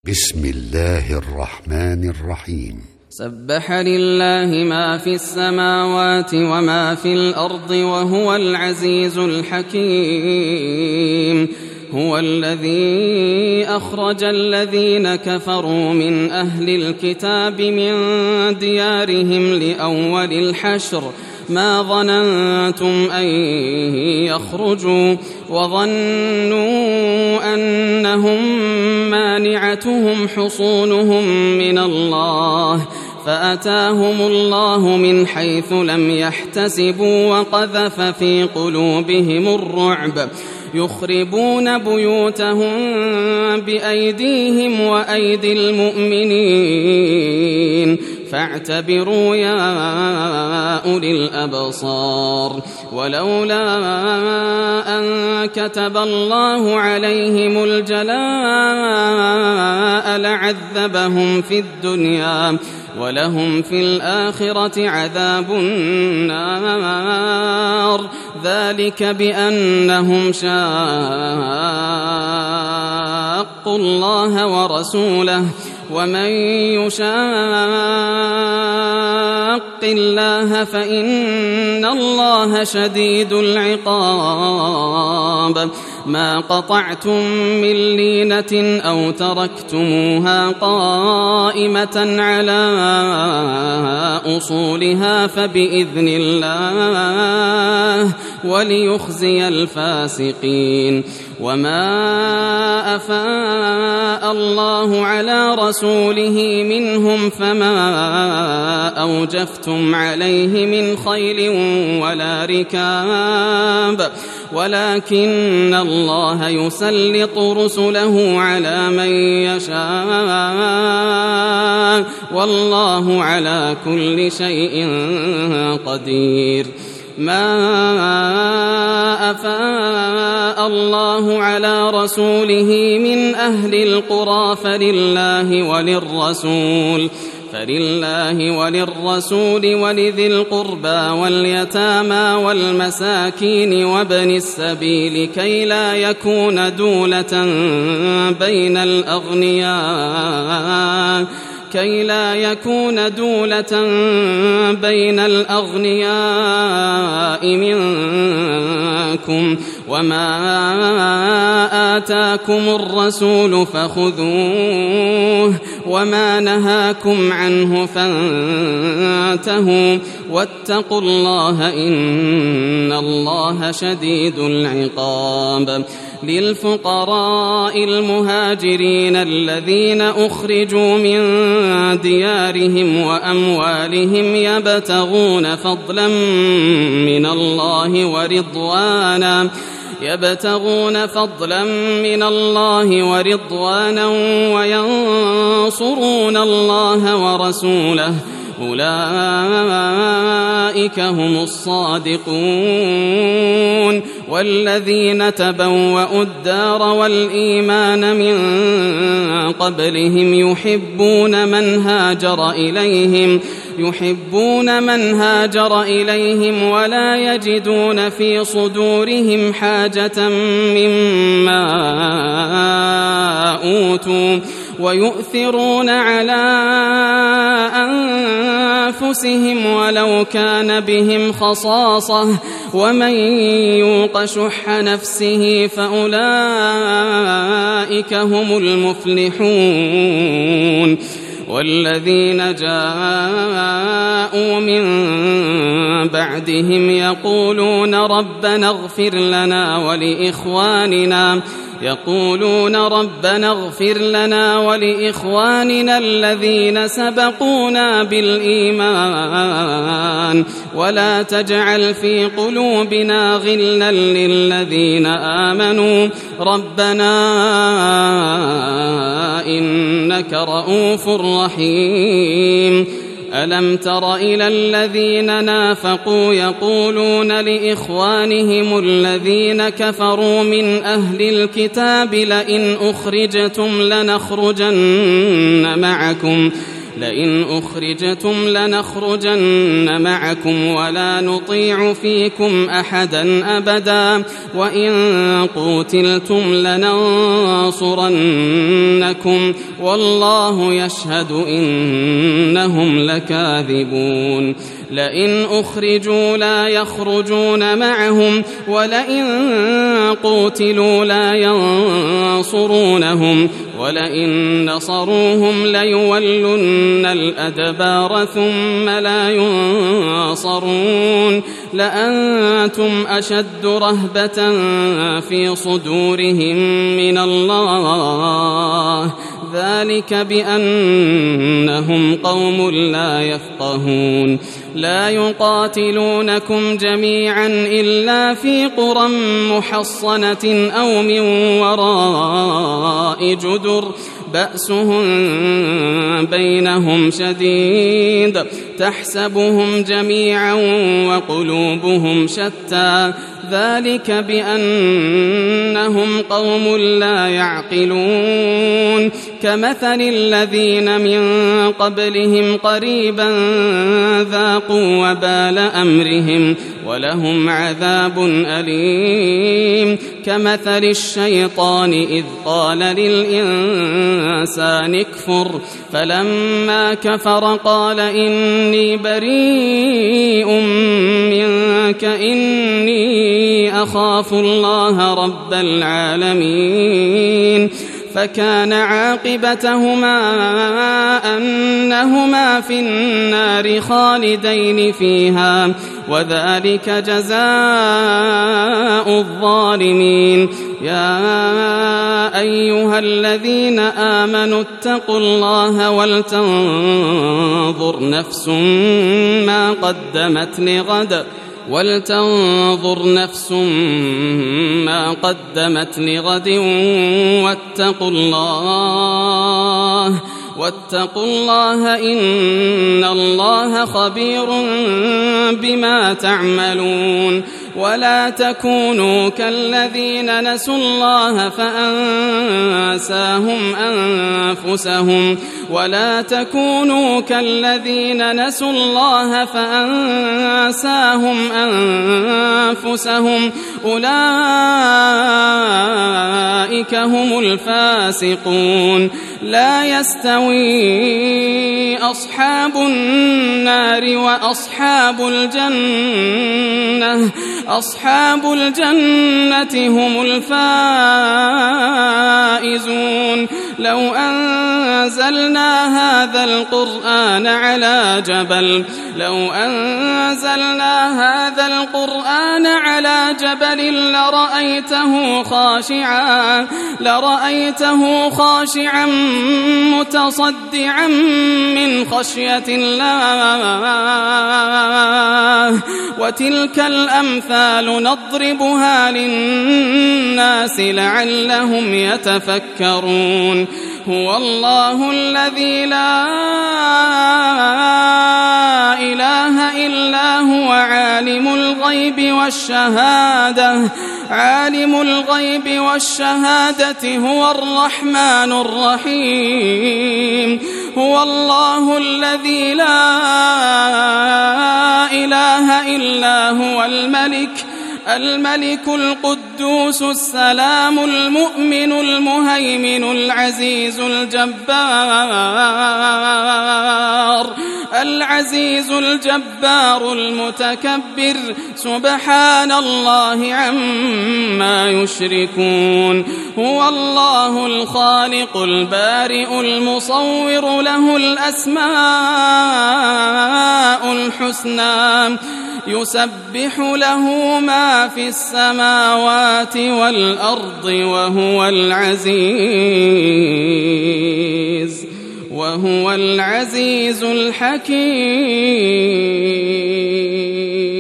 بسم الله الرحمن الرحيم. سبح لله ما في السماوات وما في الأرض وهو العزيز الحكيم. هو الذي أخرج الذين كفروا من أهل الكتاب من ديارهم لأول الحشر ما ظننتم أن يخرجوا وظنوا أنهم مانعتهم حصونهم من الله فأتاهم الله من حيث لم يحتسبوا وقذف في قلوبهم الرعب يخربون بيوتهم بأيديهم وأيدي المؤمنين فاعتبروا يا أولي الأبصار. ولولا أن كتب الله عليهم الجلاء لعذبهم في الدنيا ولهم في الآخرة عذاب النار ذلك بأنهم شاقوا الله ورسوله ومن يشاق الله فإن الله شديد العقاب. ما قطعتم من لينة أو تركتموها قائمة على أصولها فبإذن الله وليخزي الفاسقين. وما أفاء الله على رسوله منهم فما أوجفتم عليه من خيل ولا ركاب ولكن الله يسلط رسله على من يشاء والله على كل شيء قدير. ما أفاء الله على رسوله من أهل القرى فلله وللرسول ولذي القربى واليتامى والمساكين وابن السبيل كي لا يكون دولة بين الأغنياء منكم وما آتاكم الرسول فخذوه وما نهاكم عنه فانتهوا واتقوا الله إن الله شديد العقاب. للفقراء المهاجرين الذين أخرجوا من ديارهم وأموالهم يبتغون فضلا من الله ورضوانا وينصرون الله ورسوله أولئك هم الصادقون. والذين تبوأوا الدار والإيمان من قبلهم يحبون من هاجر إليهم ولا يجدون في صدورهم حاجة مما أوتوا ويؤثرون على أنفسهم ولو كان بهم خصاصة ومن يوق شح نفسه فأولئك هم المفلحون. والذين جاءوا من بعدهم يقولون ربنا اغفر لنا ولإخواننا الذين سبقونا بالإيمان ولا تجعل في قلوبنا غلا للذين آمنوا ربنا إنك رؤوف رحيم. ألم تر إلى الذين نافقوا يقولون لإخوانهم الذين كفروا من أهل الكتاب لئن أخرجتم لئن أخرجتم لنخرجن معكم ولا نطيع فيكم أحدا أبدا وإن قوتلتم لننصرنكم والله يشهد إنهم لكاذبون لئن أخرجوا لا يخرجون معهم ولئن قوتلوا لا ينصرونهم ولئن نصروهم ليولن الأدبار ثم لا ينصرون لأنتم أشد رهبة في صدورهم من الله ذلك بأنهم قوم لا يفقهون لا يقاتلونكم جميعا إلا في قرى محصنة أو من وراء جدر بأسهم بينهم شديد تحسبهم جميعا وقلوبهم شتى ذلك بأنهم قوم لا يعقلون كمثل الذين من قبلهم قريبا ذاقوا وبال أمرهم ولهم عذاب أليم كمثل الشيطان إذ قال للإنسان اكفر فلما كفر قال إني بريء منك إني أخاف الله رب العالمين فكان عاقبتهما أنهما في النار خالدين فيها وذلك جزاء الظالمين يا أيها الذين آمنوا اتقوا الله ولتنظر نفس ما قدمت لغد واتقوا الله إن الله خبير بما تعملون ولا تكونوا كالذين نسوا الله فأنساهم أنفسهم أولئك هم الفاسقون لا يستوي أصحاب النار وأصحاب الجنة أصحاب الجنة هم الفائزون لو أنزلنا هذا القرآن على جبل لرأيته خاشعا متصدعا من خشية الله وتلك الأمثال نضربها للناس لعلهم يتفكرون هو الله الذي لا إله إلا هو عالم الغيب والشهادة هو الرحمن الرحيم هو الله الذي لا إله إلا هو الملك القدوس السلام المؤمن المهيمن العزيز الجبار المتكبر سبحان الله عما يشركون هو الله الخالق البارئ المصور له الأسماء الحسنى يسبح له ما في السماوات والأرض وهو العزيز الحكيم.